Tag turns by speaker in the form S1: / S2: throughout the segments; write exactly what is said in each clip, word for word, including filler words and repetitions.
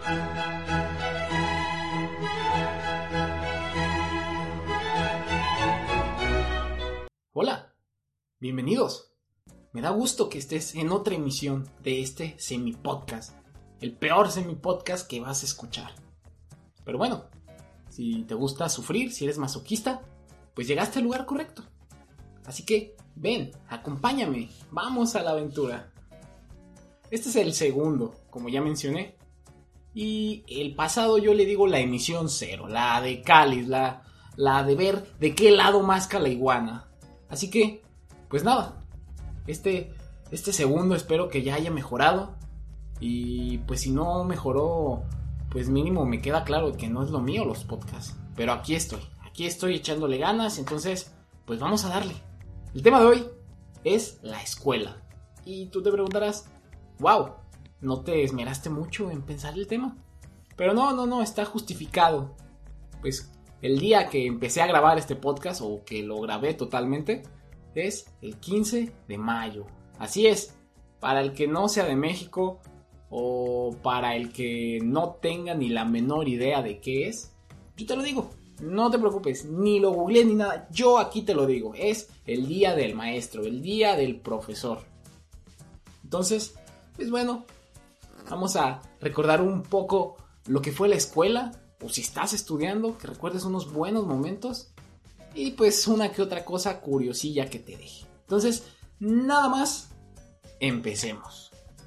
S1: Hola, bienvenidos. Me da gusto que estés en otra emisión de este semi-podcast, el peor semi-podcast que vas a escuchar. Pero bueno, si te gusta sufrir, si eres masoquista, pues llegaste al lugar correcto. Así que ven, acompáñame, vamos a la aventura. Este es el segundo, como ya mencioné. Y el pasado yo le digo la emisión cero, la de cáliz, la, la de ver de qué lado masca la iguana. Así que, pues nada, este, este segundo espero que ya haya mejorado. Y pues si no mejoró, pues mínimo me queda claro que no es lo mío los podcasts. Pero aquí estoy, aquí estoy echándole ganas, entonces pues vamos a darle. El tema de hoy es la escuela. Y tú te preguntarás, wow, ¿no te esmeraste mucho en pensar el tema? Pero no, no, no, está justificado. Pues el día que empecé a grabar este podcast, o que lo grabé totalmente, es el quince de mayo. Así es, para el que no sea de México, o para el que no tenga ni la menor idea de qué es, yo te lo digo, no te preocupes, ni lo googleé ni nada, yo aquí te lo digo, es el día del maestro, el día del profesor. Entonces, pues bueno, vamos a recordar un poco lo que fue la escuela, o si estás estudiando, que recuerdes unos buenos momentos, y pues una que otra cosa curiosilla que te deje. Entonces, nada más, empecemos.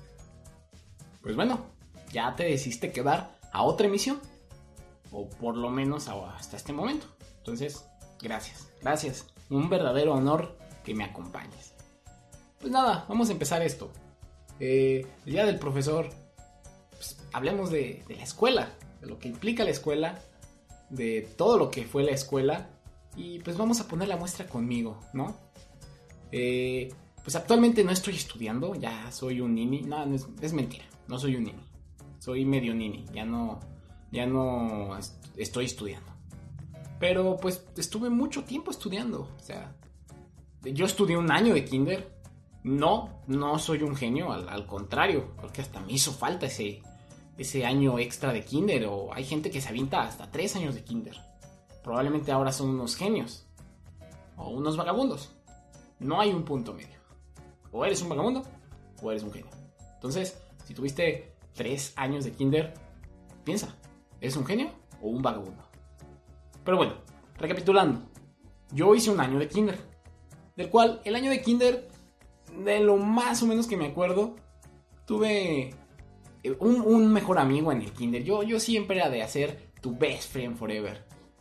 S1: Pues bueno, ya te decidiste quedar a otra emisión, o por lo menos hasta este momento. Entonces, gracias, gracias, un verdadero honor que me acompañes. Pues nada, vamos a empezar esto. Eh, el día del profesor, pues, hablemos de, de la escuela, de lo que implica la escuela, de todo lo que fue la escuela, y pues vamos a poner la muestra conmigo, ¿no? Eh, pues actualmente no estoy estudiando, ya soy un nini, no, no es, es mentira, no soy un nini, soy medio nini, ya no, ya no est- estoy estudiando, pero pues estuve mucho tiempo estudiando, o sea, yo estudié un año de kinder, no, no soy un genio, al, al contrario, creo que hasta me hizo falta ese... ese año extra de kinder, o hay gente que se avienta hasta tres años de kinder. Probablemente ahora son unos genios o unos vagabundos. No hay un punto medio. O eres un vagabundo o eres un genio. Entonces, si tuviste tres años de kinder, piensa, ¿eres un genio o un vagabundo? Pero bueno, recapitulando, yo hice un año de kinder, del cual el año de kinder, de lo más o menos que me acuerdo, tuve Un, un mejor amigo en el kinder. Yo, yo siempre era de hacer tu best friend forever.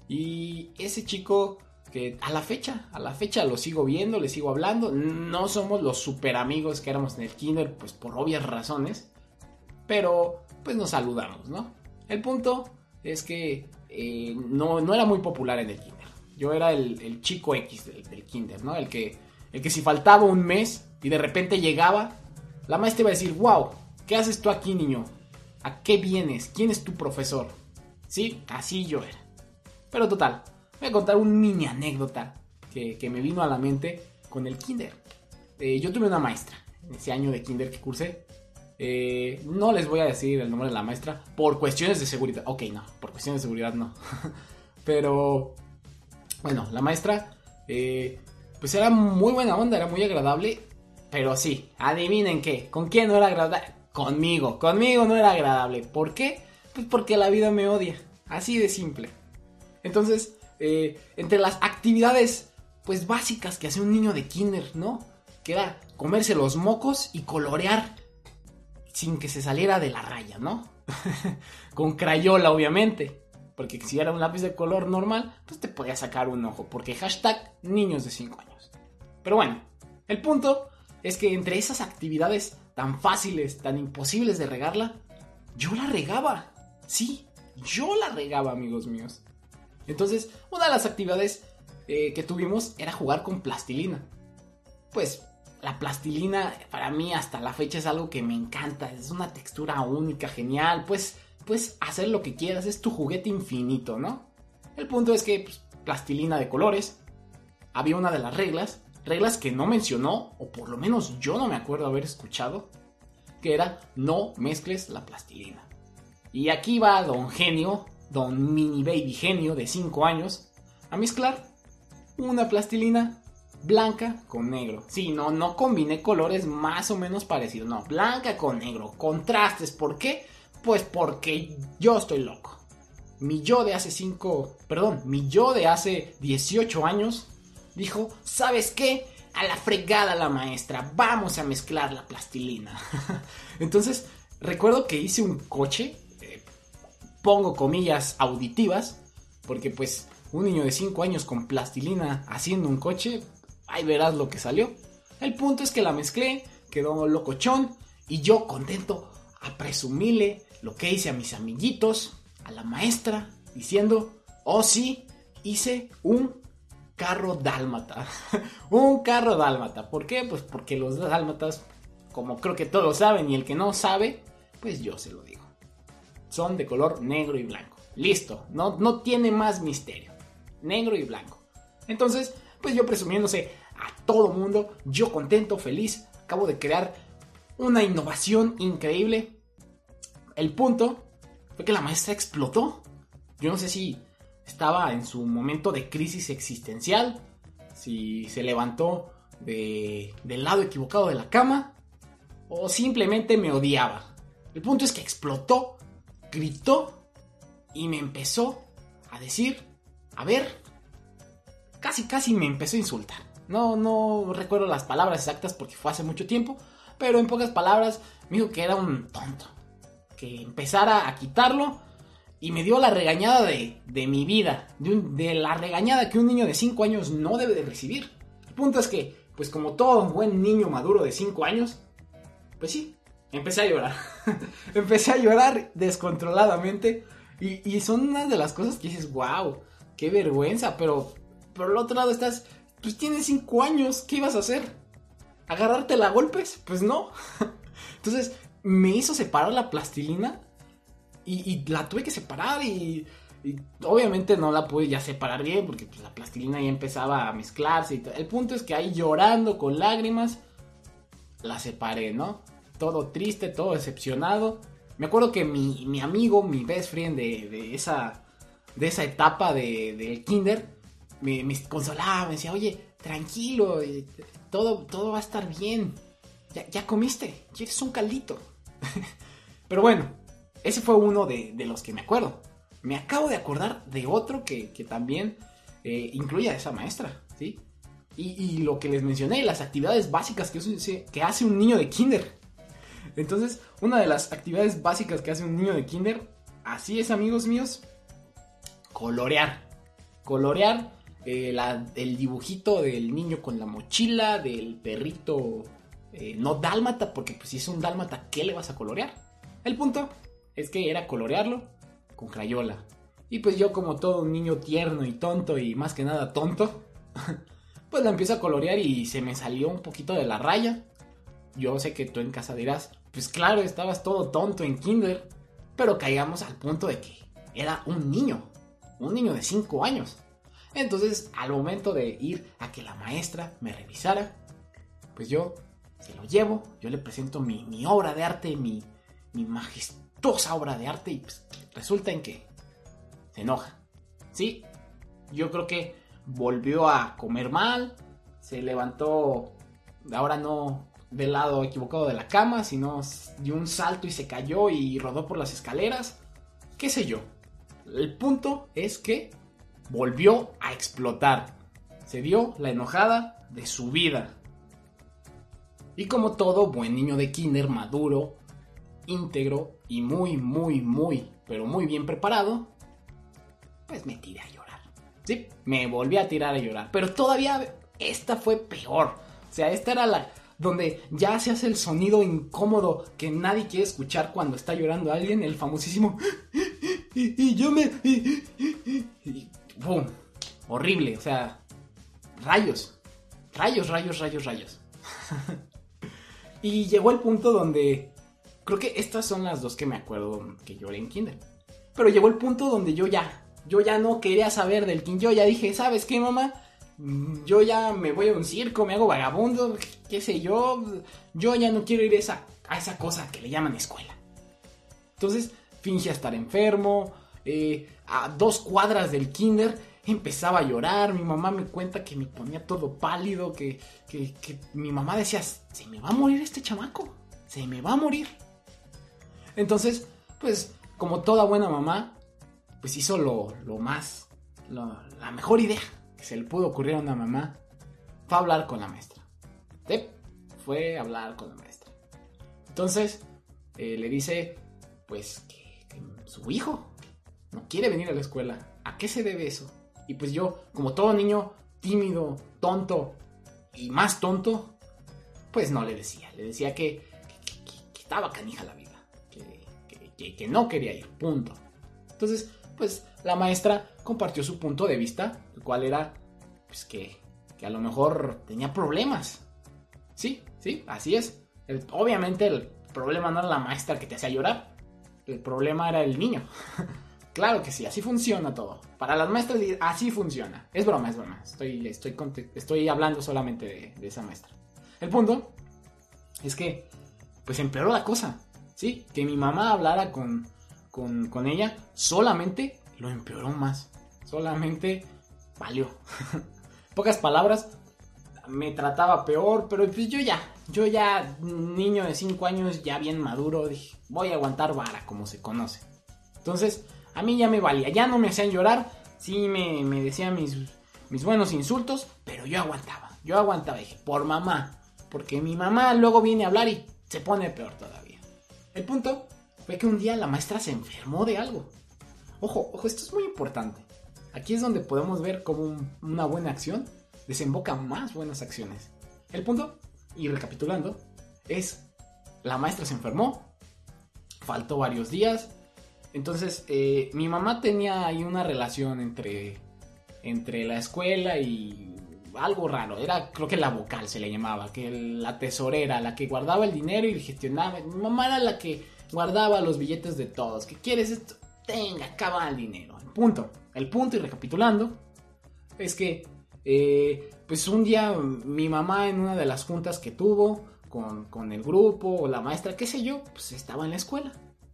S1: Y ese chico que a la fecha, a la fecha lo sigo viendo, le sigo hablando. No somos los super amigos que éramos en el kinder, pues por obvias razones. Pero pues nos saludamos, ¿no? El punto es que eh, no, no era muy popular en el kinder. Yo era el, el chico X del, del kinder, ¿no? El que, el que si faltaba un mes y de repente llegaba, la maestra iba a decir, wow, ¿qué haces tú aquí, niño? ¿A qué vienes? ¿Quién es tu profesor? Sí, así yo era. Pero total, voy a contar una mini anécdota que, que me vino a la mente con el kinder. Eh, yo tuve una maestra en ese año de kinder que cursé. Eh, no les voy a decir el nombre de la maestra por cuestiones de seguridad. Ok, no, por cuestiones de seguridad no. Pero, bueno, la maestra, eh, pues era muy buena onda, era muy agradable. Pero sí, adivinen qué, ¿con quién no era agradable? Conmigo, conmigo no era agradable. ¿Por qué? Pues porque la vida me odia, así de simple. Entonces, eh, entre las actividades pues básicas que hace un niño de kinder, ¿no? Que era comerse los mocos y colorear sin que se saliera de la raya, ¿no? Con crayola, obviamente. Porque si era un lápiz de color normal, pues te podía sacar un ojo. Porque hashtag niños de cinco años. Pero bueno, el punto es que entre esas actividades tan fáciles, tan imposibles de regarla, yo la regaba. Sí, yo la regaba, amigos míos. Entonces, una de las actividades eh, que tuvimos era jugar con plastilina. Pues la plastilina para mí hasta la fecha es algo que me encanta. Es una textura única, genial. Pues puedes hacer lo que quieras, es tu juguete infinito, ¿no? El punto es que pues, plastilina de colores. Había una de las reglas, reglas que no mencionó, o por lo menos yo no me acuerdo haber escuchado, que era no mezcles la plastilina. Y aquí va don Genio, don Mini Baby Genio de cinco años, a mezclar una plastilina blanca con negro. Sí, no, no combiné colores más o menos parecidos, no, blanca con negro, contrastes. ¿Por qué? Pues porque yo estoy loco. Mi yo de hace cinco, perdón, mi yo de hace dieciocho años dijo, ¿sabes qué? A la fregada la maestra, vamos a mezclar la plastilina. Entonces, recuerdo que hice un coche, eh, pongo comillas auditivas, porque pues un niño de cinco años con plastilina haciendo un coche, ahí verás lo que salió. El punto es que la mezclé, quedó locochón, y yo contento a presumirle lo que hice a mis amiguitos, a la maestra, diciendo, oh sí, hice un carro dálmata. Un carro dálmata. ¿Por qué? Pues porque los dálmatas, como creo que todos saben, y el que no sabe, pues yo se lo digo, son de color negro y blanco. Listo, no, no tiene más misterio. Negro y blanco. Entonces, pues yo presumiéndose a todo mundo, yo contento, feliz, acabo de crear una innovación increíble. El punto fue que la maestra explotó. Yo no sé si estaba en su momento de crisis existencial, si se levantó de, del lado equivocado de la cama, o simplemente me odiaba. El punto es que explotó, gritó y me empezó a decir, a ver, casi casi me empezó a insultar. No, no recuerdo las palabras exactas porque fue hace mucho tiempo, pero en pocas palabras me dijo que era un tonto, que empezara a quitarlo, y me dio la regañada de, de mi vida, de, un, de la regañada que un niño de cinco años no debe de recibir. El punto es que, pues como todo buen niño maduro de cinco años, pues sí, empecé a llorar. Empecé a llorar descontroladamente, y, y son unas de las cosas que dices, wow, qué vergüenza, pero por el otro lado estás, pues tienes cinco años, ¿qué ibas a hacer? ¿Agarrártela a golpes? Pues no. Entonces me hizo separar la plastilina, y, y la tuve que separar, y, y obviamente no la pude ya separar bien porque pues, la plastilina ya empezaba a mezclarse y todo. El punto es que ahí llorando con lágrimas la separé, ¿no? Todo triste, todo decepcionado. Me acuerdo que mi, mi amigo, mi best friend de, de, esa, de esa etapa de, del kinder me, me consolaba, me decía, oye, tranquilo, todo, todo va a estar bien, ya, ya comiste, quieres un caldito. Pero bueno, ese fue uno de, de los que me acuerdo. Me acabo de acordar de otro que, que también eh, incluye a esa maestra, ¿sí? Y, y lo que les mencioné, las actividades básicas que, que hace un niño de kinder. Entonces, una de las actividades básicas que hace un niño de kinder, así es, amigos míos, colorear. Colorear eh, la, el dibujito del niño con la mochila, del perrito eh, no dálmata, porque pues si es un dálmata, ¿qué le vas a colorear? El punto es que era colorearlo con crayola. Y pues yo, como todo un niño tierno y tonto, y más que nada tonto, pues la empiezo a colorear y se me salió un poquito de la raya. Yo sé que tú en casa dirás, pues claro, estabas todo tonto en kinder, pero caigamos al punto de que era un niño, un niño de cinco años. Entonces, al momento de ir a que la maestra me revisara, pues yo se lo llevo, yo le presento mi, mi obra de arte, mi, mi majestuosa obra de arte, y pues resulta en que se enoja. Sí, yo creo que volvió a comer mal, se levantó, ahora no del lado equivocado de la cama, sino dio un salto y se cayó y rodó por las escaleras, qué sé yo. El punto es que volvió a explotar, se dio la enojada de su vida. Y como todo buen niño de kinder maduro, íntegro y muy, muy, muy, pero muy bien preparado, pues me tiré a llorar. Sí, me volví a tirar a llorar. Pero todavía esta fue peor. O sea, esta era la donde ya se hace el sonido incómodo que nadie quiere escuchar cuando está llorando alguien, el famosísimo y, y yo me y, y, y, ¡pum! Horrible, o sea, rayos, rayos, rayos, rayos, rayos. Y llegó el punto donde creo que estas son las dos que me acuerdo que lloré en kinder. Pero llegó el punto donde yo ya Yo ya no quería saber del kinder. Yo ya dije, ¿sabes qué, mamá? Yo ya me voy a un circo, me hago vagabundo, qué sé yo. Yo ya no quiero ir a esa, a esa cosa que le llaman escuela. Entonces fingía estar enfermo, eh, a dos cuadras del kinder empezaba a llorar, mi mamá me cuenta que me ponía todo pálido, que, que, que mi mamá decía, se me va a morir este chamaco, se me va a morir. Entonces, pues, como toda buena mamá, pues hizo lo, lo más, lo, la mejor idea que se le pudo ocurrir a una mamá, fue hablar con la maestra. ¿Sí? Fue a hablar con la maestra. Entonces, eh, le dice, pues, que, que su hijo no quiere venir a la escuela. ¿A qué se debe eso? Y pues yo, como todo niño tímido, tonto y más tonto, pues no le decía. Le decía que, que, que, que estaba canija la vida. Que, que, que, que no quería ir, punto. Entonces, pues la maestra compartió su punto de vista, el cual era, pues que, que a lo mejor tenía problemas. Sí, sí, así es. El, obviamente el problema no era la maestra que te hacía llorar. El problema era el niño. Claro que sí, así funciona todo. Para las maestras así funciona. Es broma, es broma. Estoy, estoy, estoy hablando solamente de, de esa maestra. El punto es que, pues empeoró la cosa. Sí, que mi mamá hablara con, con, con ella solamente lo empeoró más. Solamente valió. Pocas palabras, me trataba peor, pero pues yo ya, yo ya, niño de cinco años, ya bien maduro, dije, voy a aguantar vara, como se conoce. Entonces, a mí ya me valía, ya no me hacían llorar, sí me, me decían mis, mis buenos insultos, pero yo aguantaba, yo aguantaba, dije, por mamá, porque mi mamá luego viene a hablar y se pone peor todavía. El punto fue que un día la maestra se enfermó de algo. Ojo, ojo, esto es muy importante. Aquí es donde podemos ver cómo un, una buena acción desemboca más buenas acciones. El punto, y recapitulando, es la maestra se enfermó, faltó varios días. Entonces, eh, mi mamá tenía ahí una relación entre, entre la escuela y algo raro. Era, creo que la vocal se le llamaba, que la tesorera, la que guardaba el dinero y gestionaba. Mi mamá era la que guardaba los billetes de todos. ¿Qué quieres esto? Tenga, acaba el dinero. El punto, el punto y recapitulando, es que, eh, pues un día mi mamá en una de las juntas que tuvo con, con el grupo o la maestra, qué sé yo, pues estaba en la escuela.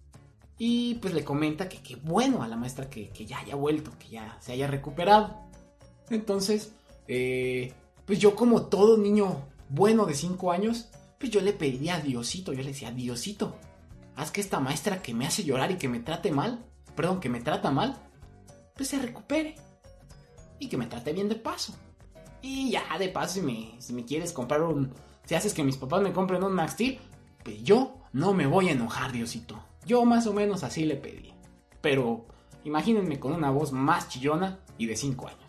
S1: Y pues le comenta que qué bueno a la maestra que, que ya haya vuelto, que ya se haya recuperado. Entonces, eh, pues yo como todo niño bueno de cinco años, pues yo le pedía a Diosito, yo le decía, Diosito, haz que esta maestra que me hace llorar y que me trate mal, perdón, que me trata mal, pues se recupere. Y que me trate bien de paso. Y ya de paso, si me, si me quieres comprar un... Si haces que mis papás me compren un Max Steel, pues yo no me voy a enojar, Diosito. Yo más o menos así le pedí. Pero imagínense con una voz más chillona y de cinco años.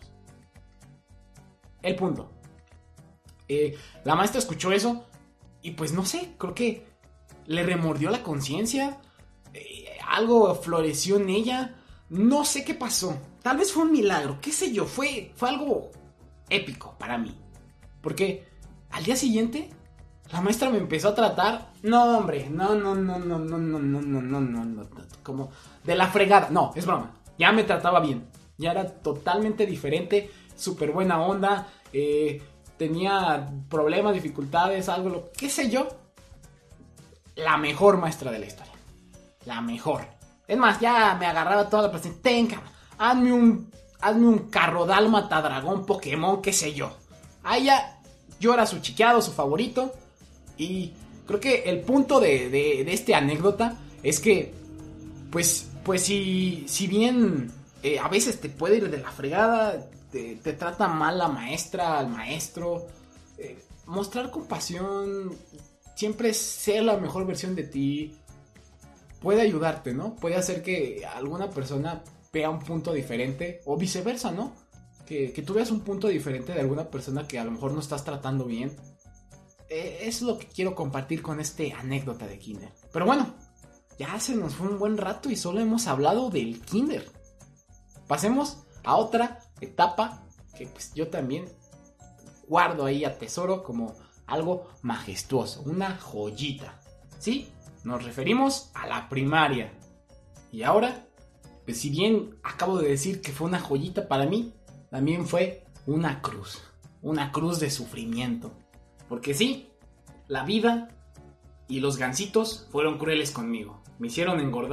S1: El punto. Eh, la maestra escuchó eso y pues no sé, creo que le remordió la conciencia. Eh, algo floreció en ella. No sé qué pasó. Tal vez fue un milagro, qué sé yo. Fue, fue algo épico para mí. Porque al día siguiente la maestra me empezó a tratar. No, hombre, no, no, no, no, no, no, no, no, no, no, no, como de la fregada. No, es broma. Ya me trataba bien. Ya era totalmente diferente. Súper buena onda. Eh, tenía problemas, dificultades, algo, lo qué sé yo. La mejor maestra de la historia. La mejor. Es más, ya me agarraba toda la presentación. Tenga, hazme un, hazme un carro dálmata, dragón, Pokémon, qué sé yo. Ahí ya yo era su chiqueado, su favorito. Y creo que el punto de, de, de esta anécdota es que, pues, pues si, si bien eh, a veces te puede ir de la fregada, te, te trata mal la maestra, el maestro, eh, mostrar compasión, siempre ser la mejor versión de ti, puede ayudarte, ¿no? Puede hacer que alguna persona vea un punto diferente o viceversa, ¿no? Que, que tú veas un punto diferente de alguna persona que a lo mejor no estás tratando bien. Eh, es lo que quiero compartir con esta anécdota de kinder. Pero bueno, ya se nos fue un buen rato y solo hemos hablado del kinder. Pasemos a otra etapa que pues yo también guardo ahí, atesoro como algo majestuoso, una joyita. ¿Sí? Nos referimos a la primaria. Y ahora, pues si bien acabo de decir que fue una joyita para mí, también fue una cruz. Una cruz de sufrimiento. Porque sí, la vida y los gansitos fueron crueles conmigo. Me hicieron engordar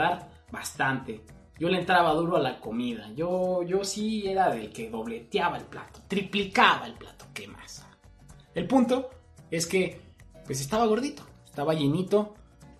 S1: bastante. Yo le entraba duro a la comida. Yo, yo sí era del que dobleteaba el plato, triplicaba el plato. ¿Qué más? El punto es que pues estaba gordito, estaba llenito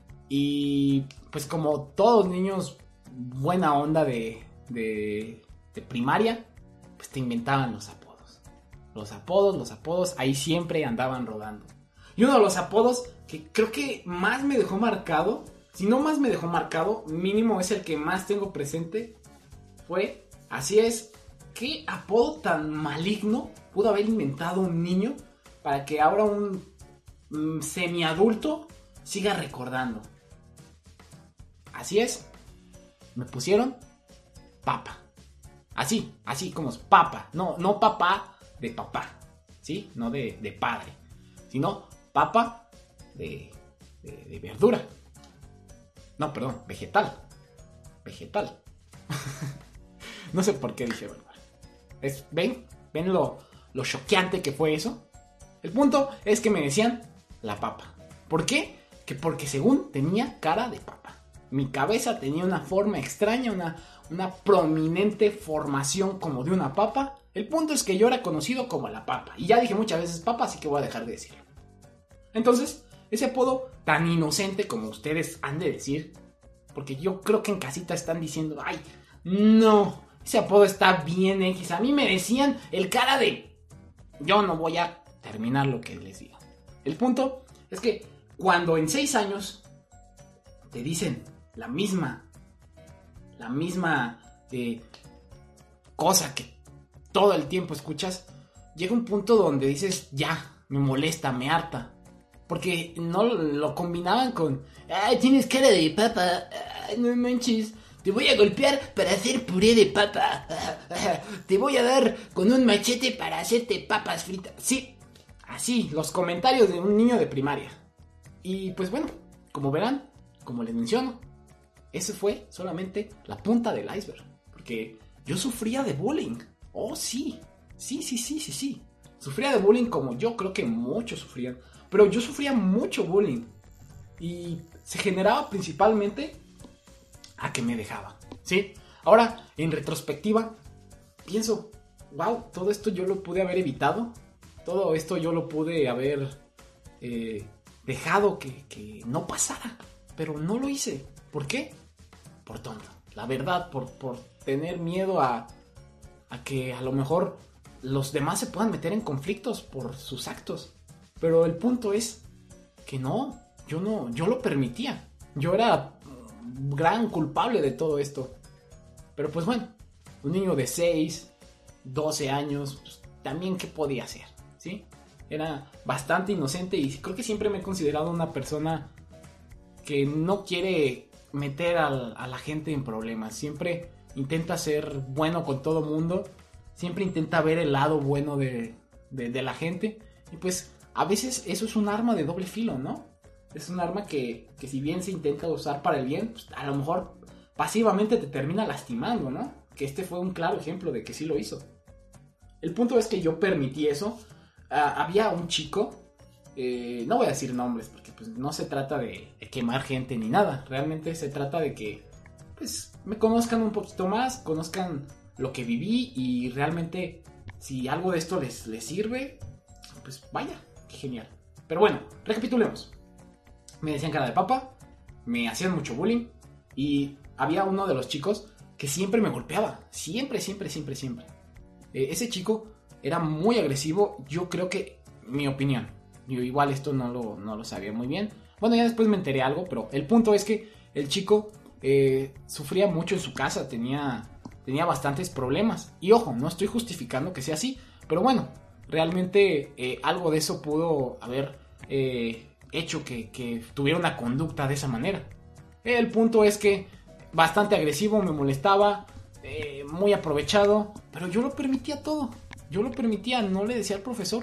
S1: y pues como todos niños buena onda de, de, de primaria, pues te inventaban los apodos. Los apodos, los apodos, ahí siempre andaban rodando. Y uno de los apodos que creo que más me dejó marcado, si no más me dejó marcado, mínimo es el que más tengo presente, fue, así es, ¿qué apodo tan maligno pudo haber inventado un niño para que ahora un mm, semiadulto siga recordando? Así es, me pusieron papa. Así, así como es, papa. No, no papá de papá, ¿sí? No de, de padre, sino papa de, de, de verdura. No, perdón, vegetal. Vegetal. No sé por qué dije verdura. Es, ¿Ven? ¿Ven lo, lo choqueante que fue eso? El punto es que me decían la papa. ¿Por qué? Que porque según tenía cara de papa. Mi cabeza tenía una forma extraña, una, una prominente formación como de una papa. El punto es que yo era conocido como la papa. Y ya dije muchas veces papa, así que voy a dejar de decirlo. Entonces, ese apodo tan inocente como ustedes han de decir, porque yo creo que en casita están diciendo, ay, no, ese apodo está bien X. A mí me decían el cara de... Yo no voy a terminar lo que les digo. El punto es que cuando en seis años te dicen la misma, la misma eh, cosa que todo el tiempo escuchas, llega un punto donde dices, ya, me molesta, me harta. Porque no lo combinaban con, ay, tienes cara de papa, ay, no manches, te voy a golpear para hacer puré de papa, te voy a dar con un machete para hacerte papas fritas. Sí, así, los comentarios de un niño de primaria. Y pues bueno, como verán, como les menciono, eso fue solamente la punta del iceberg. Porque yo sufría de bullying. Oh, sí, sí, sí, sí, sí, sí. Sufría de bullying como yo creo que muchos sufrían. Pero yo sufría mucho bullying. Y se generaba principalmente a que me dejaba, ¿sí? Ahora, en retrospectiva, pienso, wow, todo esto yo lo pude haber evitado. Todo esto yo lo pude haber eh, dejado que, que no pasara. Pero no lo hice. ¿Por qué? Por tonto. La verdad, por, por tener miedo a, a que a lo mejor los demás se puedan meter en conflictos por sus actos. Pero el punto es que no, yo no, yo lo permitía. Yo era gran culpable de todo esto. Pero pues bueno, un niño de seis, doce años, pues, también qué podía hacer, ¿sí? Era bastante inocente y creo que siempre me he considerado una persona que no quiere meter a, a la gente en problemas. Siempre intenta ser bueno con todo mundo. Siempre intenta ver el lado bueno de, de, de la gente. Y pues a veces eso es un arma de doble filo, ¿no? Es un arma que, que si bien se intenta usar para el bien, pues a lo mejor pasivamente te termina lastimando, ¿no? Que este fue un claro ejemplo de que sí lo hizo. El punto es que yo permití eso. Uh, había un chico, eh, no voy a decir nombres porque pues, no se trata de, de quemar gente ni nada. Realmente se trata de que pues, me conozcan un poquito más, conozcan lo que viví y realmente si algo de esto les, les sirve, pues vaya, qué genial. Pero bueno, recapitulemos. Me decían cara de papa, me hacían mucho bullying y había uno de los chicos que siempre me golpeaba. Siempre, siempre, siempre, siempre. Eh, ese chico era muy agresivo. Yo creo que, mi opinión, yo igual esto no lo, no lo sabía muy bien. Bueno, ya después me enteré algo, pero el punto es que el chico eh, sufría mucho en su casa. Tenía, tenía bastantes problemas. Y ojo, no estoy justificando que sea así, pero bueno, realmente eh, algo de eso pudo haber eh, hecho que, que tuviera una conducta de esa manera. El punto es que bastante agresivo, me molestaba, eh, muy aprovechado, pero yo lo permitía todo. Yo lo permitía, no le decía al profesor.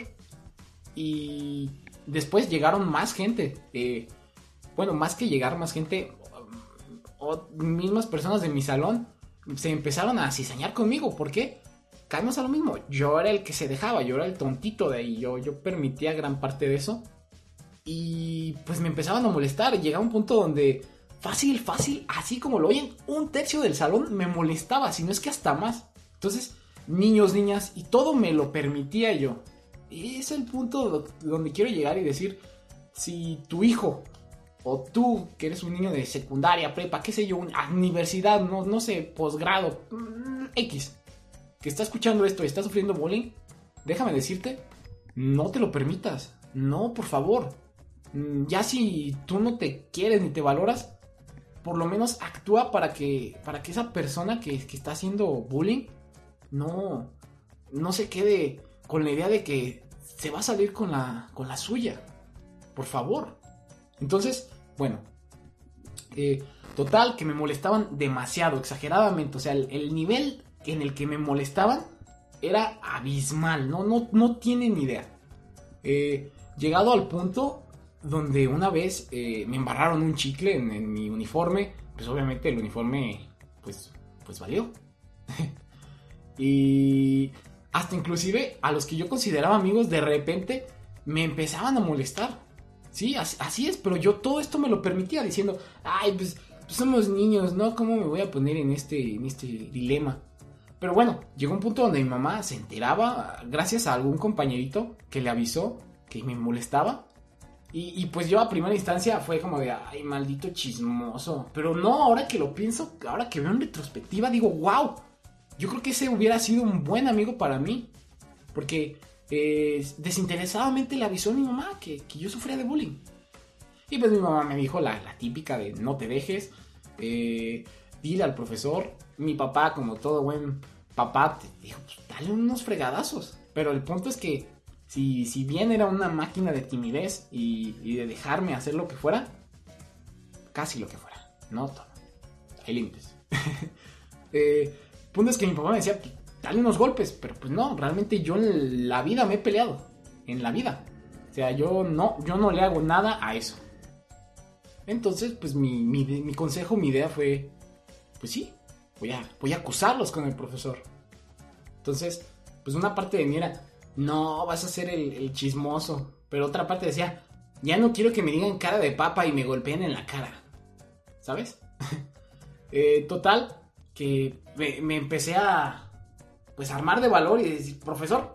S1: Y después llegaron más gente. Eh, bueno, más que llegar más gente, o, o mismas personas de mi salón se empezaron a cizañar conmigo. ¿Por qué? Caemos a lo mismo. Yo era el que se dejaba, yo era el tontito de ahí. Yo, yo permitía gran parte de eso. Y pues me empezaban a molestar. Llegaba un punto donde fácil, fácil, así como lo oyen, un tercio del salón me molestaba, si no es que hasta más. Entonces, niños, niñas, y todo me lo permitía yo. Y es el punto donde quiero llegar y decir, si tu hijo o tú, que eres un niño de secundaria, prepa, qué sé yo, una universidad, no, no sé, posgrado, X, que está escuchando esto y está sufriendo bullying, déjame decirte, no te lo permitas. No, por favor. Ya si tú no te quieres ni te valoras, por lo menos actúa para que, para que esa persona que, que está haciendo bullying no, no se quede con la idea de que se va a salir con la, con la suya. Por favor. Entonces, bueno, eh, total, que me molestaban demasiado, exageradamente. O sea, el, el nivel en el que me molestaban era abismal. No, no, no tienen idea. Eh, llegado al punto donde una vez eh, me embarraron un chicle en, en mi uniforme. Pues obviamente el uniforme pues, pues valió. Y hasta inclusive a los que yo consideraba amigos de repente me empezaban a molestar. Sí, así, así es, pero yo todo esto me lo permitía diciendo, ay, pues, pues somos niños, ¿no? ¿Cómo me voy a poner en este, en este dilema? Pero bueno, llegó un punto donde mi mamá se enteraba gracias a algún compañerito que le avisó que me molestaba. Y, y pues yo a primera instancia fue como de, ay, maldito chismoso. Pero no, ahora que lo pienso, ahora que veo en retrospectiva, digo, wow, yo creo que ese hubiera sido un buen amigo para mí. Porque eh, desinteresadamente le avisó a mi mamá que, que yo sufría de bullying. Y pues mi mamá me dijo la, la típica de no te dejes, eh, dile al profesor. Mi papá, como todo buen papá, te dijo, pues dale unos fregadazos. Pero el punto es que Si, si bien era una máquina de timidez y, y de dejarme hacer lo que fuera, casi lo que fuera, no todo, hay límites. eh, punto es que mi papá me decía, dale unos golpes, pero pues no, realmente yo en la vida me he peleado, en la vida. O sea, yo no, yo no le hago nada a eso. Entonces, pues mi, mi, mi consejo, mi idea fue, pues sí, voy a, voy a acusarlos con el profesor. Entonces, pues una parte de mí era, no, vas a ser el, el chismoso. Pero otra parte decía, ya no quiero que me digan cara de papa y me golpeen en la cara. ¿Sabes? eh, total, que me, me empecé a pues armar de valor y decir, profesor,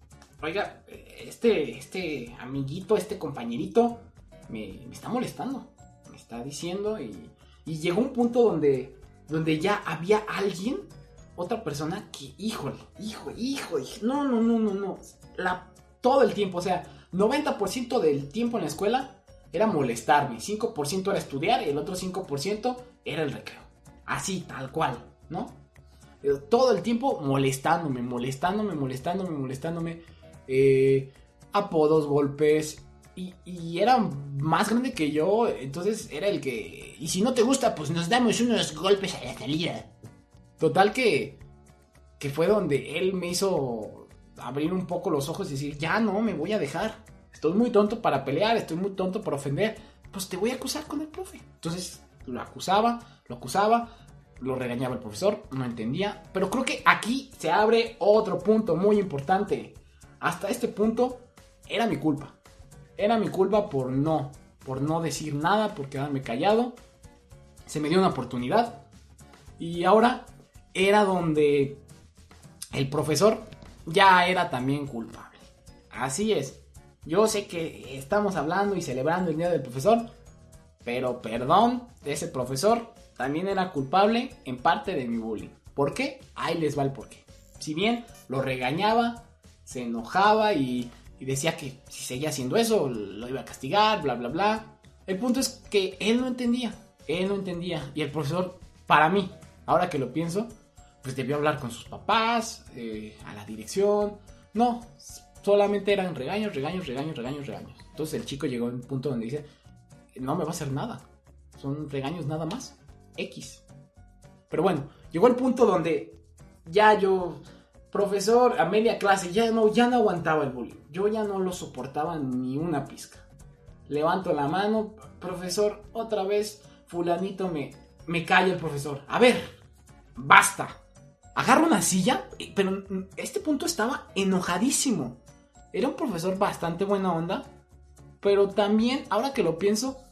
S1: oiga, este, este amiguito, este compañerito me, me está molestando. Me está diciendo y, y llegó un punto donde, donde ya había alguien, otra persona que, híjole, hijo, hijo, hijo, no, no, no, no, no, la, todo el tiempo, o sea, noventa por ciento del tiempo en la escuela era molestarme, cinco por ciento era estudiar y el otro cinco por ciento era el recreo, así, tal cual, ¿no? Todo el tiempo molestándome, molestándome, molestándome, molestándome, eh, apodos, golpes, y, y era más grande que yo, entonces era el que, y si no te gusta, pues nos damos unos golpes a la salida. Total que, que fue donde él me hizo abrir un poco los ojos y decir, ya no, me voy a dejar. Estoy muy tonto para pelear, estoy muy tonto para ofender. Pues te voy a acusar con el profe. Entonces lo acusaba, lo acusaba, lo regañaba el profesor, no entendía. Pero creo que aquí se abre otro punto muy importante. Hasta este punto era mi culpa. Era mi culpa por no, por no decir nada, por quedarme callado. Se me dio una oportunidad y ahora era donde el profesor ya era también culpable. Así es. Yo sé que estamos hablando y celebrando el día del profesor, pero perdón, ese profesor también era culpable en parte de mi bullying. ¿Por qué? Ahí les va el porqué. Si bien lo regañaba, se enojaba y, y decía que si seguía haciendo eso lo iba a castigar, bla bla bla. El punto es que él no entendía, él no entendía. Y el profesor, para mí, ahora que lo pienso, pues debió hablar con sus papás, eh, a la dirección. No, solamente eran regaños, regaños, regaños, regaños, regaños. Entonces el chico llegó a un punto donde dice, no me va a hacer nada. Son regaños nada más. X. Pero bueno, llegó el punto donde ya yo, profesor, a media clase, ya no, ya no aguantaba el bullying. Yo ya no lo soportaba ni una pizca. Levanto la mano, profesor, otra vez, fulanito me, me calla el profesor. A ver, basta. Agarro una silla, pero en este punto estaba enojadísimo. Era un profesor bastante buena onda, pero también, ahora que lo pienso,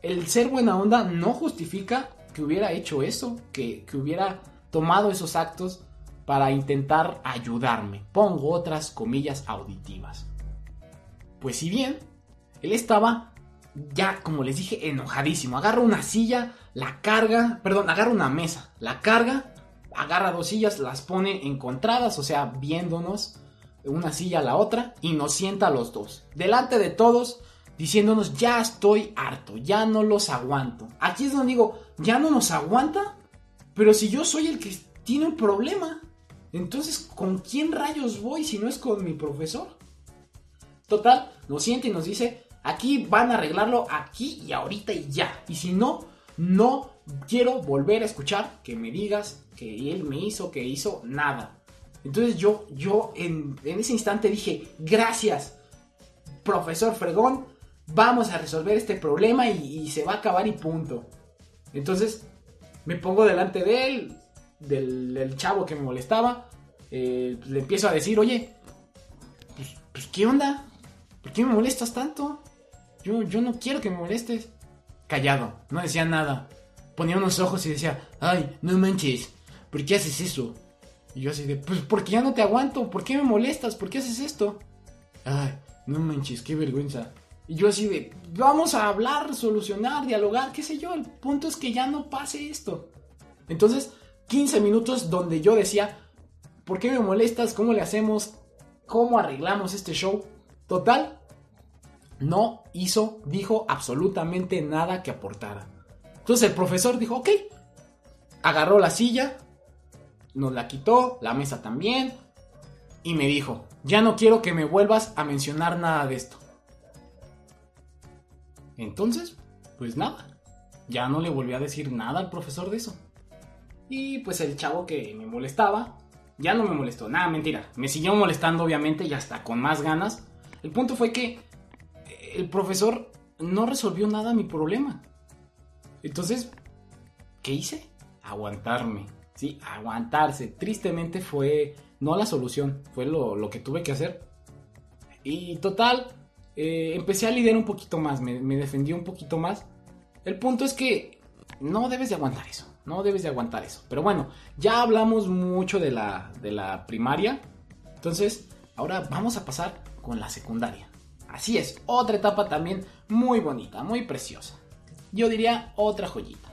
S1: el ser buena onda no justifica que hubiera hecho eso, que, que hubiera tomado esos actos para intentar ayudarme. Pongo otras comillas auditivas. Pues si bien, él estaba ya, como les dije, enojadísimo. Agarra una silla, la carga, perdón, agarra una mesa, la carga, agarra dos sillas, las pone encontradas, o sea, viéndonos una silla a la otra, y nos sienta a los dos, delante de todos, diciéndonos, ya estoy harto, ya no los aguanto. Aquí es donde digo, ya no nos aguanta, pero si yo soy el que tiene un problema, entonces ¿con quién rayos voy si no es con mi profesor? Total, nos siente y nos dice, aquí van a arreglarlo aquí y ahorita y ya, y si no, no quiero volver a escuchar que me digas que él me hizo, que hizo nada. Entonces yo, yo en, en ese instante dije, gracias, profesor fregón, vamos a resolver este problema y, y se va a acabar y punto. Entonces me pongo delante de él, del, del chavo que me molestaba, eh, le empiezo a decir, oye, pues, pues ¿qué onda? ¿Por qué me molestas tanto? Yo, yo no quiero que me molestes. Callado, no decía nada. Ponía unos ojos y decía, ay, no manches, ¿por qué haces eso? Y yo así de, pues porque ya no te aguanto, ¿por qué me molestas? ¿Por qué haces esto? Ay, no manches, qué vergüenza. Y yo así de, vamos a hablar, solucionar, dialogar, qué sé yo, el punto es que ya no pase esto. Entonces, quince minutos donde yo decía, ¿por qué me molestas? ¿Cómo le hacemos? ¿Cómo arreglamos este show? Total, no hizo, dijo absolutamente nada que aportara. Entonces el profesor dijo, ok, agarró la silla, nos la quitó, la mesa también, y me dijo, ya no quiero que me vuelvas a mencionar nada de esto. Entonces, pues nada, ya no le volví a decir nada al profesor de eso. Y pues el chavo que me molestaba, ya no me molestó, nada, mentira, me siguió molestando obviamente y hasta con más ganas. El punto fue que el profesor no resolvió nada mi problema. Entonces, ¿qué hice? Aguantarme, sí, aguantarse. Tristemente fue no la solución, fue lo, lo que tuve que hacer. Y total, eh, empecé a lidiar un poquito más, me, me defendí un poquito más. El punto es que no debes de aguantar eso, no debes de aguantar eso. Pero bueno, ya hablamos mucho de la, de la primaria. Entonces, ahora vamos a pasar con la secundaria. Así es, otra etapa también muy bonita, muy preciosa. Yo diría otra joyita.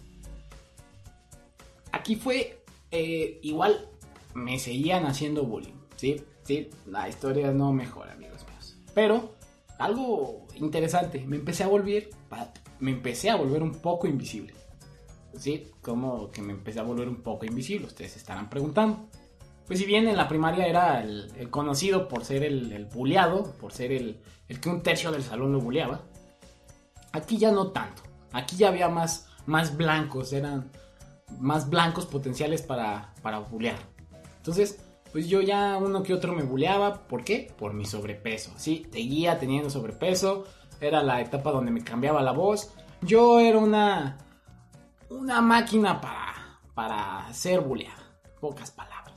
S1: Aquí fue, eh, igual me seguían haciendo bullying, ¿sí? Sí, la historia no mejora, amigos míos. Pero algo interesante, me empecé a volver, me empecé a volver un poco invisible. ¿Sí? ¿Cómo que me empecé a volver un poco invisible? Ustedes se estarán preguntando. Pues si bien en la primaria era el, el conocido por ser el, el bulleado, por ser el, el que un tercio del salón lo bulleaba, aquí ya no tanto. Aquí ya había más, más blancos, eran más blancos potenciales para, para bullear. Entonces, pues yo ya uno que otro me bulleaba. ¿Por qué? Por mi sobrepeso. Sí, seguía teniendo sobrepeso. Era la etapa donde me cambiaba la voz. Yo era una, una máquina para, para ser bulleada. Pocas palabras.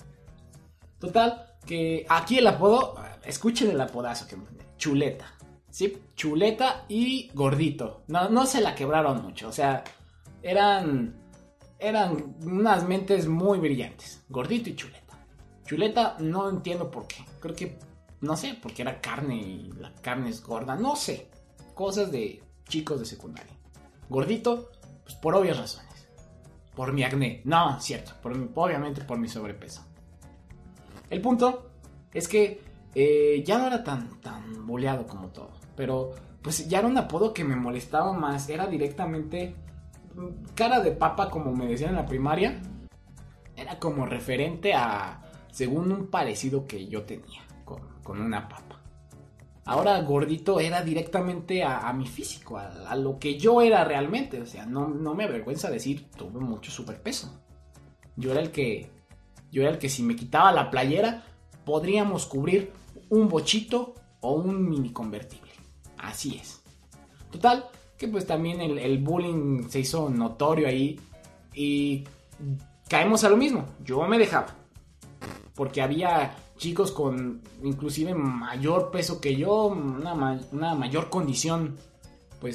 S1: Total, que aquí el apodo, escuchen el apodazo que me Chuleta. Sí, Chuleta y Gordito. No, no se la quebraron mucho. O sea, eran, eran unas mentes muy brillantes. Gordito y Chuleta. Chuleta no entiendo por qué. Creo que, no sé, porque era carne y la carne es gorda. No sé. Cosas de chicos de secundaria. Gordito, pues por obvias razones. Por mi acné. No, cierto. Por mi, obviamente por mi sobrepeso. El punto es que eh, ya no era tan, tan bulleado como todo. Pero pues ya era un apodo que me molestaba más. Era directamente cara de papa, como me decían en la primaria. Era como referente a, según un parecido que yo tenía con, con una papa. Ahora Gordito era directamente a, a mi físico, a, a lo que yo era realmente. O sea, no, no me avergüenza decir, tuve mucho superpeso. Yo era el que, yo era el que si me quitaba la playera, podríamos cubrir un bochito o un mini convertible. Así es. Total, que pues también el, el bullying se hizo notorio ahí. Y caemos a lo mismo. Yo me dejaba. Porque había chicos con inclusive mayor peso que yo, una, ma- una mayor condición pues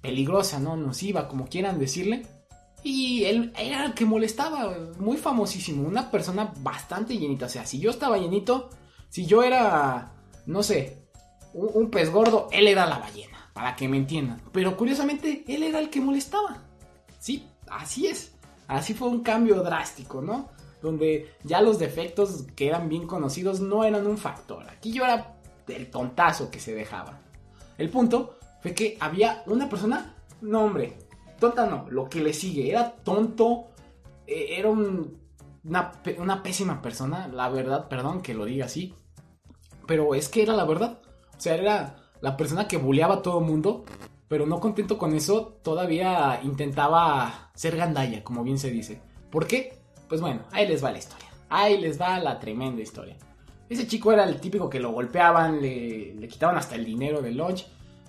S1: peligrosa, ¿no? Nociva, como quieran decirle. Y él era el que molestaba, muy famosísimo, una persona bastante llenita. O sea, si yo estaba llenito, si yo era, no sé, un, un pez gordo, él era la ballena, para que me entiendan. Pero curiosamente, él era el que molestaba. Sí, así es. Así fue un cambio drástico, ¿no? Donde ya los defectos que eran bien conocidos no eran un factor. Aquí yo era el tontazo que se dejaba. El punto fue que había una persona, no hombre, tonta no, lo que le sigue, era tonto, eh, era un, una, una pésima persona, la verdad, perdón que lo diga así, pero es que era la verdad. O sea, era la persona que buleaba a todo mundo, pero no contento con eso, todavía intentaba ser gandalla, como bien se dice. ¿Por qué? Pues bueno, ahí les va la historia, ahí les va la tremenda historia. Ese chico era el típico que lo golpeaban, le, le quitaban hasta el dinero del lunch,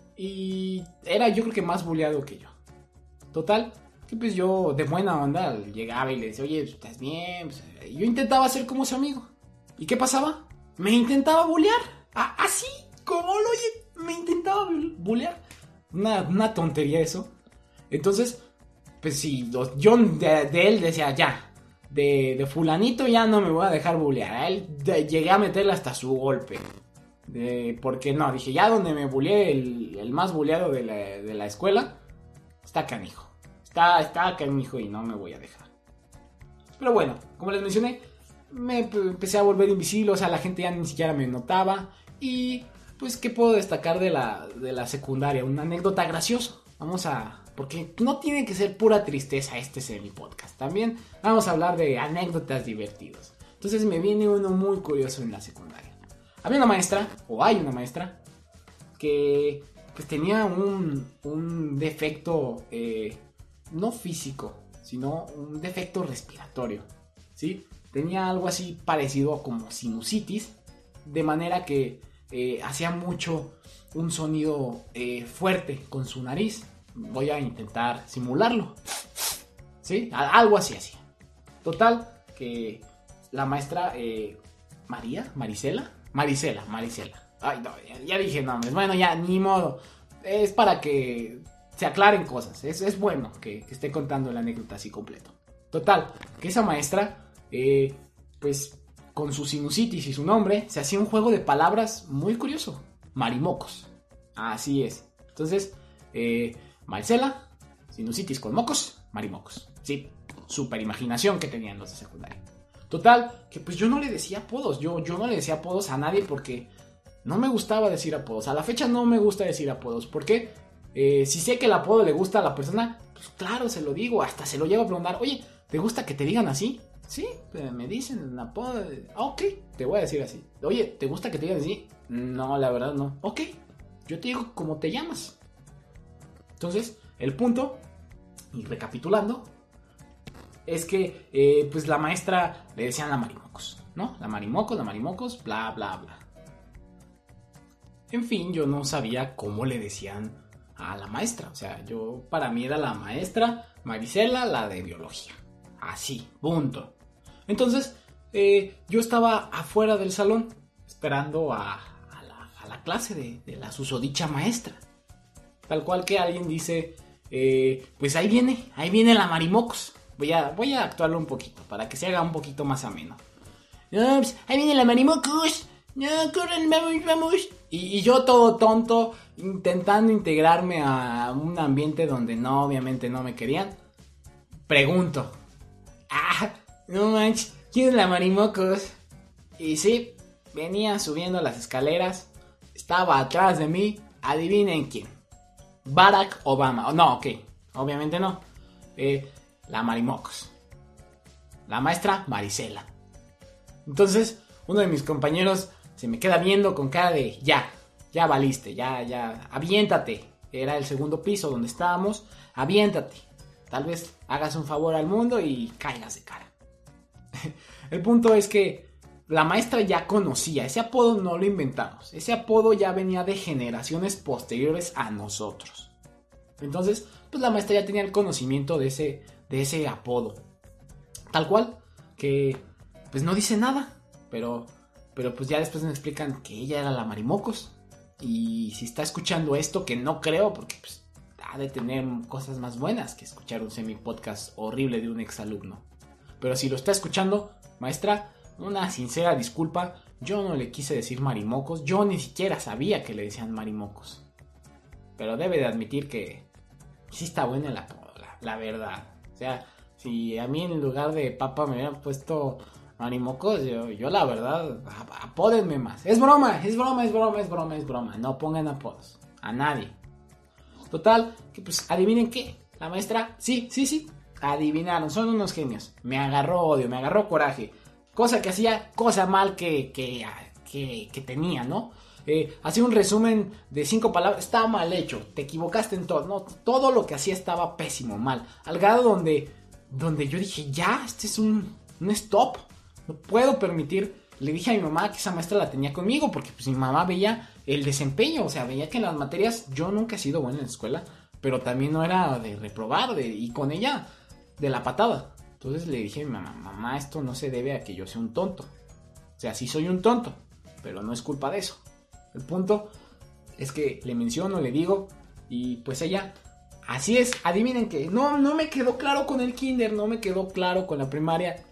S1: y era yo creo que más buleado que yo. Total, que pues yo de buena onda llegaba y le decía, oye, ¿estás bien? Pues, yo intentaba ser como su amigo. ¿Y qué pasaba? Me intentaba bullear. Ah, así, como lo oye, me intentaba bullear. Una, una tontería eso. Entonces, pues sí, yo de, de él decía, ya, de, de fulanito ya no me voy a dejar bullear. A él de, llegué a meterle hasta su golpe. De, porque no, dije, ya donde me bulleé el, el más bulleado de la, de la escuela, está canijo. Está, está canijo y no me voy a dejar. Pero bueno, como les mencioné, me empecé a volver invisible. O sea, la gente ya ni siquiera me notaba. Y pues, ¿qué puedo destacar de la, de la secundaria? Una anécdota graciosa. Vamos a... Porque no tiene que ser pura tristeza este semi podcast. También vamos a hablar de anécdotas divertidas. Entonces me viene uno muy curioso en la secundaria. Había una maestra, o hay una maestra, que pues tenía un, un defecto, eh, no físico, sino un defecto respiratorio, ¿sí? Tenía algo así parecido a como sinusitis, de manera que eh, hacía mucho un sonido eh, fuerte con su nariz. Voy a intentar simularlo, ¿sí? Algo así así. Total, que la maestra, eh, María, Marisela, Marisela, Marisela. Ay, no, ya, ya dije nombres. Bueno, ya, ni modo. Es para que se aclaren cosas. Es, es bueno que, que esté contando la anécdota así completo. Total, que esa maestra, eh, pues, con su sinusitis y su nombre, se hacía un juego de palabras muy curioso. Marimocos. Así es. Entonces, eh, Marisela, sinusitis con mocos, marimocos. Sí, super imaginación que tenían los de secundaria. Total, que pues yo no le decía apodos, yo, yo no le decía apodos a nadie porque no me gustaba decir apodos. A la fecha no me gusta decir apodos, porque eh, si sé que el apodo le gusta a la persona, pues claro, se lo digo, hasta se lo llevo a preguntar, oye, ¿te gusta que te digan así? Sí, me dicen un apodo, ah, ok, te voy a decir así. Oye, ¿te gusta que te digan así? No, la verdad no. Ok, yo te digo cómo te llamas. Entonces, el punto, y recapitulando, es que, eh, pues la maestra le decían la marimocos, ¿no? La marimocos, la marimocos, bla, bla, bla. En fin, yo no sabía cómo le decían a la maestra. O sea, yo, para mí era la maestra Marisela, la de biología. Así, punto. Entonces, eh, yo estaba afuera del salón, esperando a, a, la, a la clase de, de la susodicha maestra. Tal cual que alguien dice, eh, pues ahí viene, ahí viene la marimocos. Voy a, voy a actuarlo un poquito, para que se haga un poquito más ameno. No, pues, ahí viene la marimocos. No, corren, vamos, vamos. Y, y yo todo tonto, intentando integrarme a un ambiente donde no, obviamente no me querían. Pregunto, ah, no manches, ¿quién es la marimocos? Y sí, venía subiendo las escaleras, estaba atrás de mí, adivinen quién. Barack Obama. Oh, no, ok, obviamente no. Eh, la marimocos. La maestra Marisela. Entonces, uno de mis compañeros se me queda viendo con cara de ya, ya valiste, ya, ya, aviéntate. Era el segundo piso donde estábamos, aviéntate. Tal vez hagas un favor al mundo y caigas de cara. El punto es que la maestra ya conocía, ese apodo no lo inventamos. Ese apodo ya venía de generaciones posteriores a nosotros. Entonces, pues la maestra ya tenía el conocimiento de ese, de ese apodo. Tal cual, que pues no dice nada, pero, pero pues ya después me explican que ella era la marimocos. Y si está escuchando esto, que no creo, porque pues ha de tener cosas más buenas que escuchar un semi-podcast horrible de un exalumno. Pero si lo está escuchando, maestra, una sincera disculpa, yo no le quise decir marimocos, yo ni siquiera sabía que le decían marimocos. Pero debe de admitir que sí está buena la, la, la verdad. O sea, si a mí en lugar de papa me hubieran puesto marimocos, yo, yo la verdad, apódenme más. Es broma, es broma, es broma, es broma, es broma. No pongan apodos, a nadie. Total, que pues adivinen qué, la maestra, sí, sí, sí, adivinaron, son unos genios. Me agarró odio, me agarró coraje. Cosa que hacía, cosa mal que, que, que, que tenía, ¿no? Eh, hacía un resumen de cinco palabras, estaba mal hecho, te equivocaste en todo, no, todo lo que hacía estaba pésimo, mal, al grado donde, donde yo dije, ya, este es un, un stop, no puedo permitir, le dije a mi mamá que esa maestra la tenía conmigo, porque pues mi mamá veía el desempeño, o sea, veía que en las materias, yo nunca he sido bueno en la escuela, pero también no era de reprobar, de, y con ella, de la patada. Entonces le dije a mi mamá, mamá, esto no se debe a que yo sea un tonto, o sea, sí soy un tonto, pero no es culpa de eso. El punto es que le menciono, le digo, y pues ella, así es, adivinen que no, no me quedó claro con el kinder, no me quedó claro con la primaria.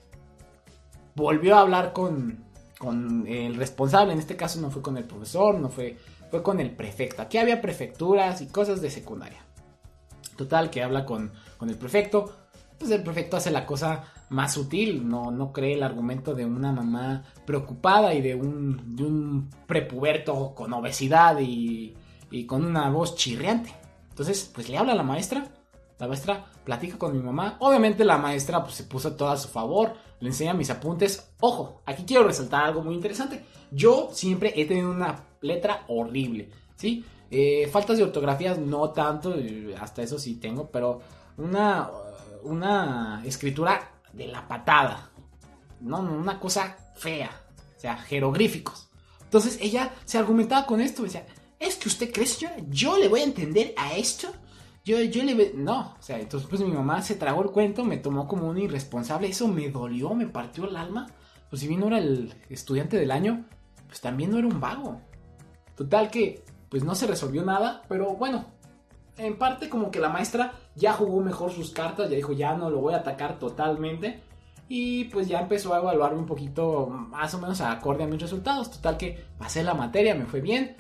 S1: Volvió a hablar con, con el responsable, en este caso no fue con el profesor, no fue, fue con el prefecto. Aquí había prefecturas y cosas de secundaria. Total, que habla con, con el prefecto, pues el prefecto hace la cosa más sutil, no, no cree el argumento de una mamá preocupada y de un, de un prepuberto con obesidad y, y con una voz chirriante. Entonces, pues le habla a la maestra, la maestra platica con mi mamá, obviamente la maestra pues se puso todo a su favor, le enseña mis apuntes. Ojo, aquí quiero resaltar algo muy interesante, yo siempre he tenido una letra horrible, ¿sí? Eh, faltas de ortografía no tanto, hasta eso sí tengo, pero una... una escritura de la patada, no, una cosa fea, o sea, jeroglíficos. Entonces ella se argumentaba con esto, decía, ¿es que usted cree, señora? ¿Yo le voy a entender a esto? Yo, yo le voy... No, o sea, entonces pues mi mamá se tragó el cuento, me tomó como un irresponsable, eso me dolió, me partió el alma. Pues si bien no era el estudiante del año, pues también no era un vago. Total que, pues no se resolvió nada, pero bueno, en parte como que la maestra ya jugó mejor sus cartas, ya dijo, ya no lo voy a atacar totalmente. Y pues ya empezó a evaluarme un poquito más o menos acorde a mis resultados. Total que pasé la materia, me fue bien.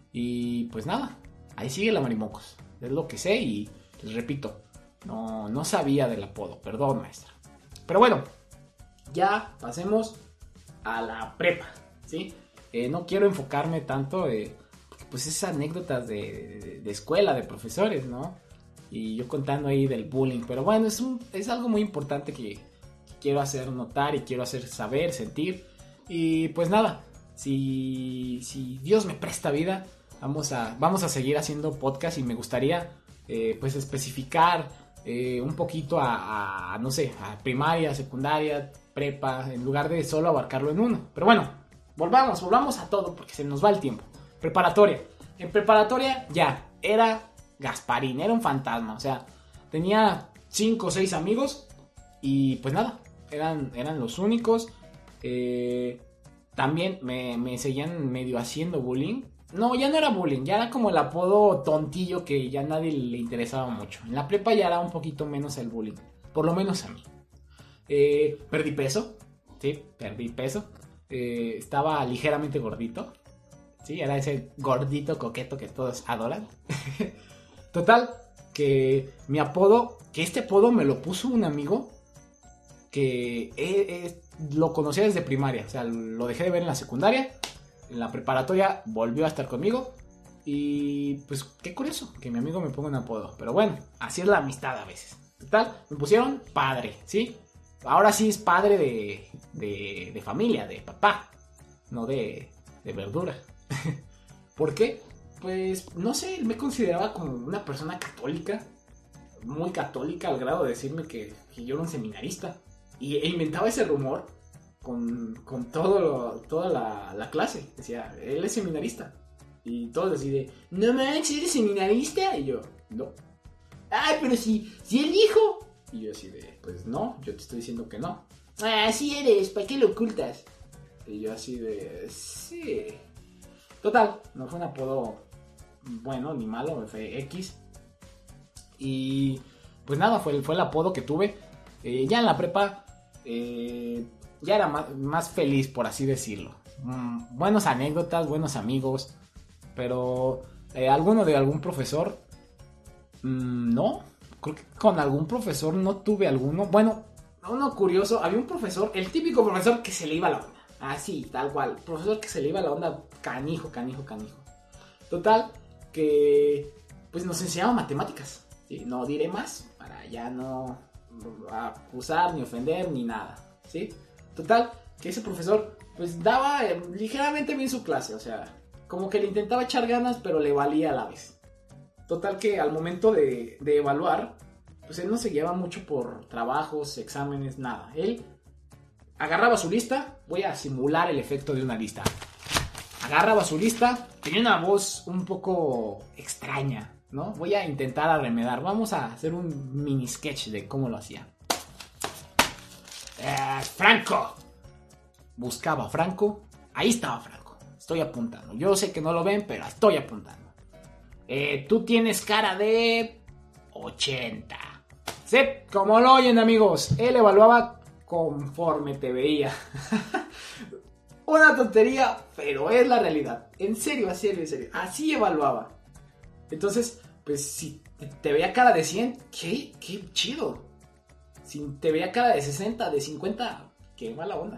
S1: Y pues nada, ahí sigue la marimocos. Es lo que sé y les repito, no, no sabía del apodo, perdón maestra. Pero bueno, ya pasemos a la prepa, ¿sí? Eh, no quiero enfocarme tanto... Eh, pues esas anécdotas de, de, de escuela, de profesores, ¿no? Y yo contando ahí del bullying, pero bueno, es, un, es algo muy importante que, que quiero hacer notar y quiero hacer saber, sentir. Y pues nada, si, si Dios me presta vida, vamos a, vamos a seguir haciendo podcast y me gustaría eh, pues especificar eh, un poquito a, a, no sé, a primaria, secundaria, prepa, en lugar de solo abarcarlo en uno. Pero bueno, volvamos, volvamos a todo porque se nos va el tiempo. Preparatoria. En preparatoria ya, era Gasparín, era un fantasma, o sea, tenía cinco o seis amigos y pues nada, eran, eran los únicos. Eh, también me, me seguían medio haciendo bullying. No, ya no era bullying, ya era como el apodo tontillo que ya a nadie le interesaba mucho. En la prepa ya era un poquito menos el bullying, por lo menos a mí. Eh, perdí peso, sí, perdí peso. Eh, estaba ligeramente gordito. Sí, era ese gordito coqueto que todos adoran. Total, que mi apodo, que este apodo me lo puso un amigo que he, he, lo conocía desde primaria. O sea, lo dejé de ver en la secundaria. En la preparatoria volvió a estar conmigo. Y pues qué curioso que mi amigo me ponga un apodo. Pero bueno, así es la amistad a veces. Total, me pusieron padre, ¿sí? Ahora sí es padre de, de, de familia, de papá. No de, de verdura. ¿Por qué? Pues no sé, me consideraba como una persona católica, muy católica al grado de decirme que, que yo era un seminarista y e inventaba ese rumor con, con todo lo, toda la, la clase. Decía, él es seminarista y todos deciden, no manches, ¿eres seminarista? Y yo, no. Ay, pero si, si él dijo. Y yo así de, pues no, yo te estoy diciendo que no. Ah, sí eres, ¿para qué lo ocultas? Y yo así de, sí. Total, no fue un apodo bueno ni malo, fue X. Y pues nada, fue, fue el apodo que tuve. Eh, ya en la prepa eh, ya era más, más feliz, por así decirlo. Mm, buenas anécdotas, buenos amigos. Pero eh, alguno de algún profesor, mmm, no. Creo que con algún profesor no tuve alguno. Bueno, uno curioso, había un profesor, el típico profesor que se le iba la onda. Así, tal cual. Profesor que se le iba la onda canijo, canijo, canijo. Total, que pues nos enseñaba matemáticas. ¿Sí? No diré más para ya no acusar, ni ofender, ni nada. ¿Sí? Total, que ese profesor pues daba eh, ligeramente bien su clase. O sea, como que le intentaba echar ganas, pero le valía a la vez. Total que al momento de, de evaluar, pues él no se guiaba mucho por trabajos, exámenes, nada. Él agarraba su lista, voy a simular el efecto de una lista. Agarraba su lista, tenía una voz un poco extraña, ¿no? Voy a intentar arremedar, vamos a hacer un mini sketch de cómo lo hacía. Eh, Franco. Buscaba a Franco, ahí estaba Franco, estoy apuntando. Yo sé que no lo ven, pero estoy apuntando. Eh, tú tienes cara de ochenta. Sí, como lo oyen, amigos, él evaluaba conforme te veía. Una tontería, pero es la realidad. En serio, en serio, en serio. Así evaluaba. Entonces, pues si te veía cara de cien, qué, qué chido. Si te veía cara de sesenta, de cincuenta, qué mala onda.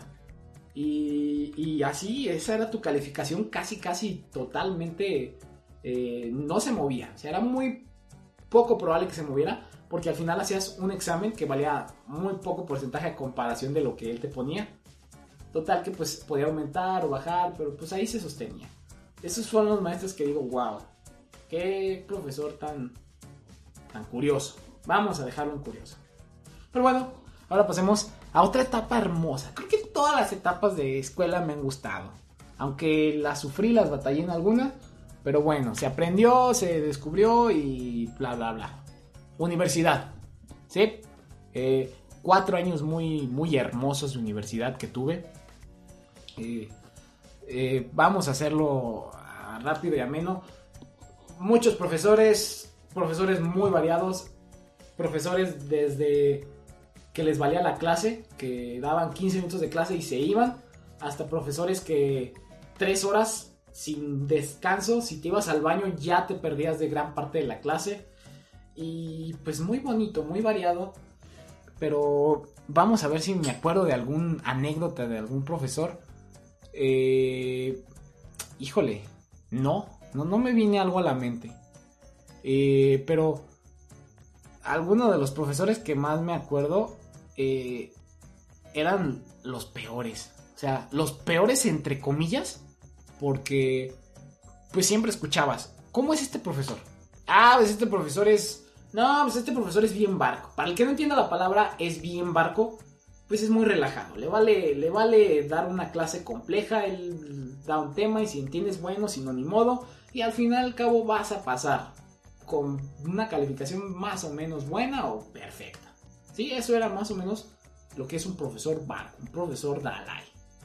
S1: Y, y así, esa era tu calificación casi, casi totalmente... Eh, no se movía. O sea, era muy poco probable que se moviera, porque al final hacías un examen que valía muy poco porcentaje a comparación de lo que él te ponía. Total que pues podía aumentar o bajar, pero pues ahí se sostenía. Esos fueron los maestros que digo, wow, qué profesor tan, tan curioso. Vamos a dejarlo en curioso. Pero bueno, ahora pasemos a otra etapa hermosa. Creo que todas las etapas de escuela me han gustado, aunque las sufrí, las batallé en algunas. Pero bueno, se aprendió, se descubrió y bla, bla, bla. Universidad, ¿sí? Eh, cuatro años muy, muy hermosos de universidad que tuve. Eh, eh, vamos a hacerlo rápido y ameno. Muchos profesores, profesores muy variados. Profesores desde que les valía la clase, que daban quince minutos de clase y se iban, hasta profesores que tres horas... sin descanso, si te ibas al baño ya te perdías de gran parte de la clase. Y pues muy bonito, muy variado. Pero vamos a ver si me acuerdo de alguna anécdota de algún profesor. Eh, híjole, no, no, no me viene algo a la mente. Eh, pero algunos de los profesores que más me acuerdo eh, eran los peores. O sea, los peores entre comillas. Porque pues siempre escuchabas, ¿cómo es este profesor? Ah, pues este profesor es... No, pues este profesor es bien barco. Para el que no entienda la palabra, es bien barco. Pues es muy relajado. Le vale, le vale dar una clase compleja. Él da un tema y si entiendes, bueno, si no, ni modo. Y al final al cabo vas a pasar con una calificación más o menos buena o perfecta. Sí, eso era más o menos lo que es un profesor barco, un profesor Dalai.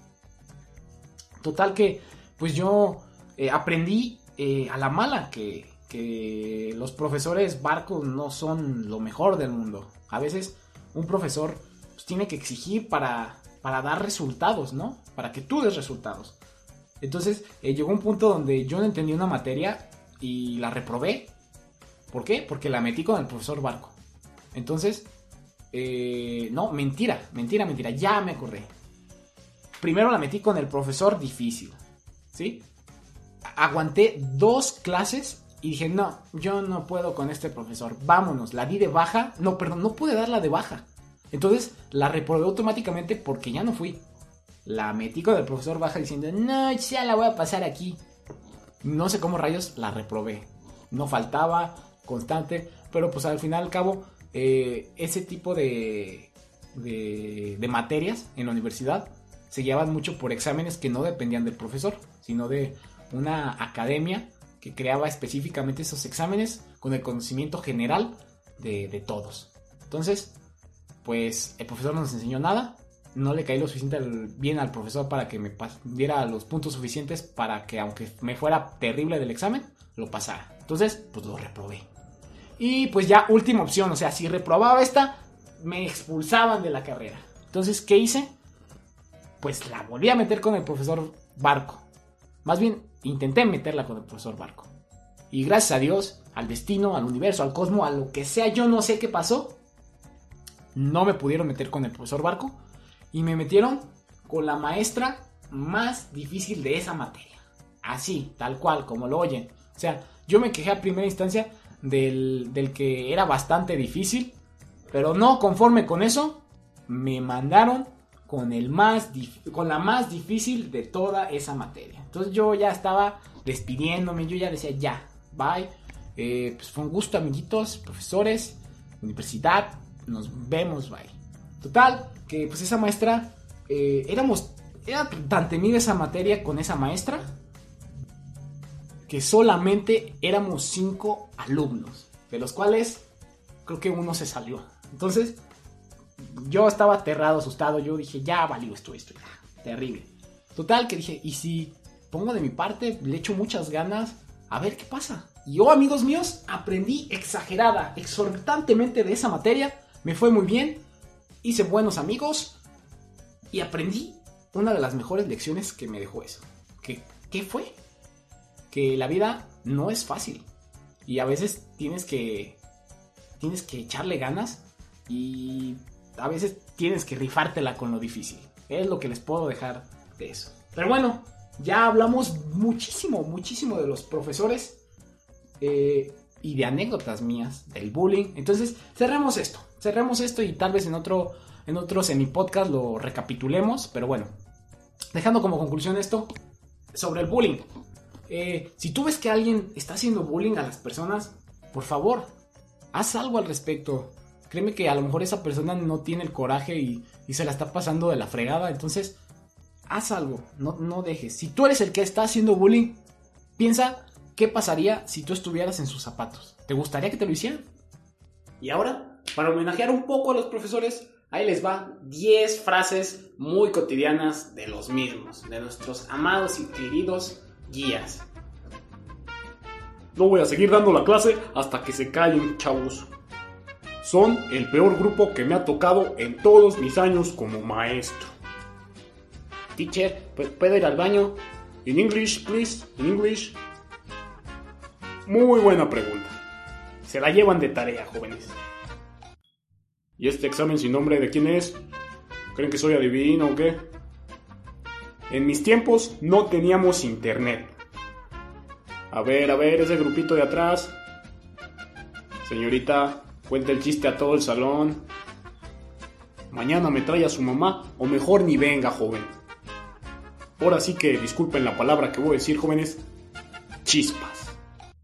S1: Total que... pues yo eh, aprendí eh, a la mala que, que los profesores barcos no son lo mejor del mundo. A veces un profesor pues, tiene que exigir para, para dar resultados, ¿no? Para que tú des resultados. Entonces eh, llegó un punto donde yo no entendí una materia y la reprobé. ¿Por qué? Porque la metí con el profesor barco. Entonces, eh, no, mentira, mentira, mentira, ya me acordé. Primero la metí con el profesor difícil. ¿Sí? Aguanté dos clases y dije, no, yo no puedo con este profesor, vámonos, la di de baja, no, perdón, no pude darla de baja. Entonces la reprobé automáticamente porque ya no fui. La metí con el profesor baja diciendo, no, ya la voy a pasar aquí. No sé cómo rayos la reprobé. No faltaba, constante, pero pues al final al cabo, eh, ese tipo de, de, de materias en la universidad se llevaban mucho por exámenes que no dependían del profesor, sino de una academia que creaba específicamente esos exámenes con el conocimiento general de, de todos. Entonces, pues el profesor no nos enseñó nada, no le caí lo suficiente bien al profesor para que me diera los puntos suficientes para que aunque me fuera terrible del examen, lo pasara. Entonces, pues lo reprobé. Y pues ya última opción, o sea, si reprobaba esta, me expulsaban de la carrera. Entonces, ¿qué hice? Pues la volví a meter con el profesor Barco. Más bien, intenté meterla con el profesor Barco. Y gracias a Dios, al destino, al universo, al cosmos, a lo que sea, yo no sé qué pasó, no me pudieron meter con el profesor Barco y me metieron con la maestra más difícil de esa materia. Así, tal cual, como lo oyen. O sea, yo me quejé a primera instancia del, del que era bastante difícil, pero no conforme con eso, me mandaron con, el más dif- con la más difícil de toda esa materia. Entonces yo ya estaba despidiéndome, yo ya decía ya, bye. Eh, pues fue un gusto, amiguitos, profesores, universidad, nos vemos, bye. Total, que pues esa maestra, eh, éramos, era tan temida esa materia con esa maestra, que solamente éramos cinco alumnos, de los cuales creo que uno se salió. Entonces, yo estaba aterrado, asustado, yo dije, ya valió esto, esto, ya, terrible. Total, que dije, y si pongo de mi parte, le echo muchas ganas, a ver qué pasa. Y yo, amigos míos, aprendí exagerada, exorbitantemente de esa materia, me fue muy bien, hice buenos amigos y aprendí una de las mejores lecciones que me dejó eso. ¿Qué, qué fue? Que la vida no es fácil y a veces tienes que tienes que echarle ganas y a veces tienes que rifártela con lo difícil. Es lo que les puedo dejar de eso. Pero bueno, ya hablamos muchísimo, muchísimo de los profesores eh, y de anécdotas mías del bullying. Entonces cerremos esto, cerremos esto y tal vez en otro en otro semi-podcast lo recapitulemos. Pero bueno, dejando como conclusión esto sobre el bullying. Eh, si tú ves que alguien está haciendo bullying a las personas, por favor, haz algo al respecto. Créeme que a lo mejor esa persona no tiene el coraje y, y se la está pasando de la fregada. Entonces, haz algo, no, no dejes. Si tú eres el que está haciendo bullying, piensa qué pasaría si tú estuvieras en sus zapatos. ¿Te gustaría que te lo hicieran? Y ahora, para homenajear un poco a los profesores, ahí les va diez frases muy cotidianas de los mismos, de nuestros amados y queridos guías.
S2: No voy a seguir dando la clase hasta que se callen, chavos. Son el peor grupo que me ha tocado en todos mis años como maestro.
S1: Teacher, ¿puedo ir al baño?
S2: In English, please, in English. Muy buena pregunta.
S1: Se la llevan de tarea, jóvenes.
S2: ¿Y este examen sin nombre de quién es? ¿Creen que soy adivino o qué? En mis tiempos no teníamos internet. A ver, a ver, ese grupito de atrás. Señorita, cuenta el chiste a todo el salón. Mañana me trae a su mamá, o mejor ni venga, joven. Ahora sí que disculpen la palabra que voy a decir, jóvenes. Chispas.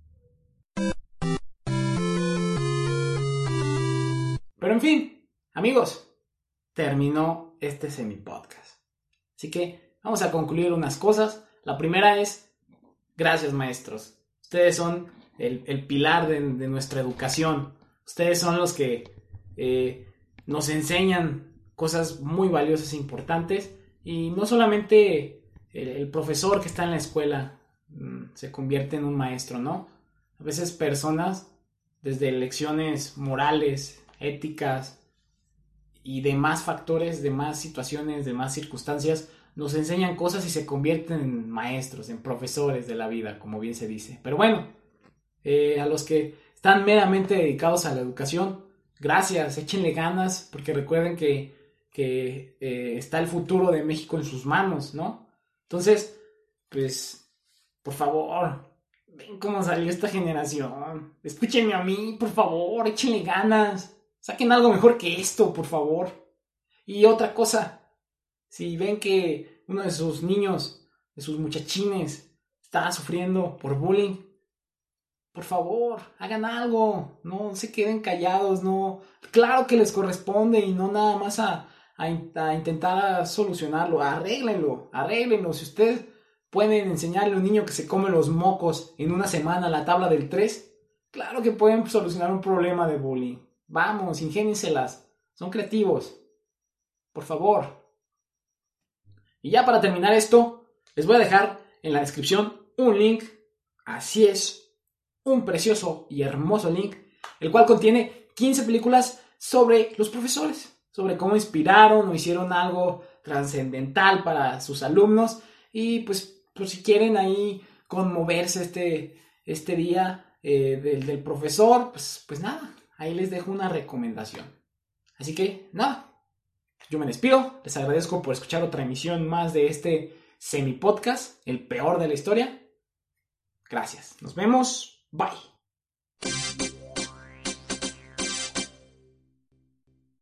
S1: Pero en fin, amigos, terminó este semi-podcast. Así que vamos a concluir unas cosas. La primera es, gracias maestros. Ustedes son el, el pilar de, de nuestra educación. Ustedes son los que eh, nos enseñan cosas muy valiosas e importantes. Y no solamente el, el profesor que está en la escuela mmm, se convierte en un maestro, ¿no? A veces personas, desde lecciones morales, éticas y demás factores, demás situaciones, demás circunstancias, nos enseñan cosas y se convierten en maestros, en profesores de la vida, como bien se dice. Pero bueno, eh, a los que están meramente dedicados a la educación, gracias, échenle ganas, porque recuerden que, que eh, está el futuro de México en sus manos, ¿no? Entonces, pues, por favor, ven cómo salió esta generación. Escúchenme a mí, por favor, échenle ganas. Saquen algo mejor que esto, por favor. Y otra cosa, si ven que uno de sus niños, de sus muchachines, está sufriendo por bullying, por favor, hagan algo. No se queden callados, no. Claro que les corresponde y no nada más a, a, a intentar solucionarlo. Arréglenlo, arréglenlo. Si ustedes pueden enseñarle a un niño que se come los mocos en una semana la tabla del tres, claro que pueden solucionar un problema de bullying. Vamos, ingénienselas. Son creativos. Por favor. Y ya para terminar esto, les voy a dejar en la descripción un link. Así es, un precioso y hermoso link el cual contiene quince películas sobre los profesores, sobre cómo inspiraron o hicieron algo trascendental para sus alumnos. Y pues, pues si quieren ahí conmoverse este, este día eh, del, del profesor, pues, pues nada, ahí les dejo una recomendación. Así que nada, yo me despido, les agradezco por escuchar otra emisión más de este semi-podcast, el peor de la historia. Gracias, nos vemos, bye.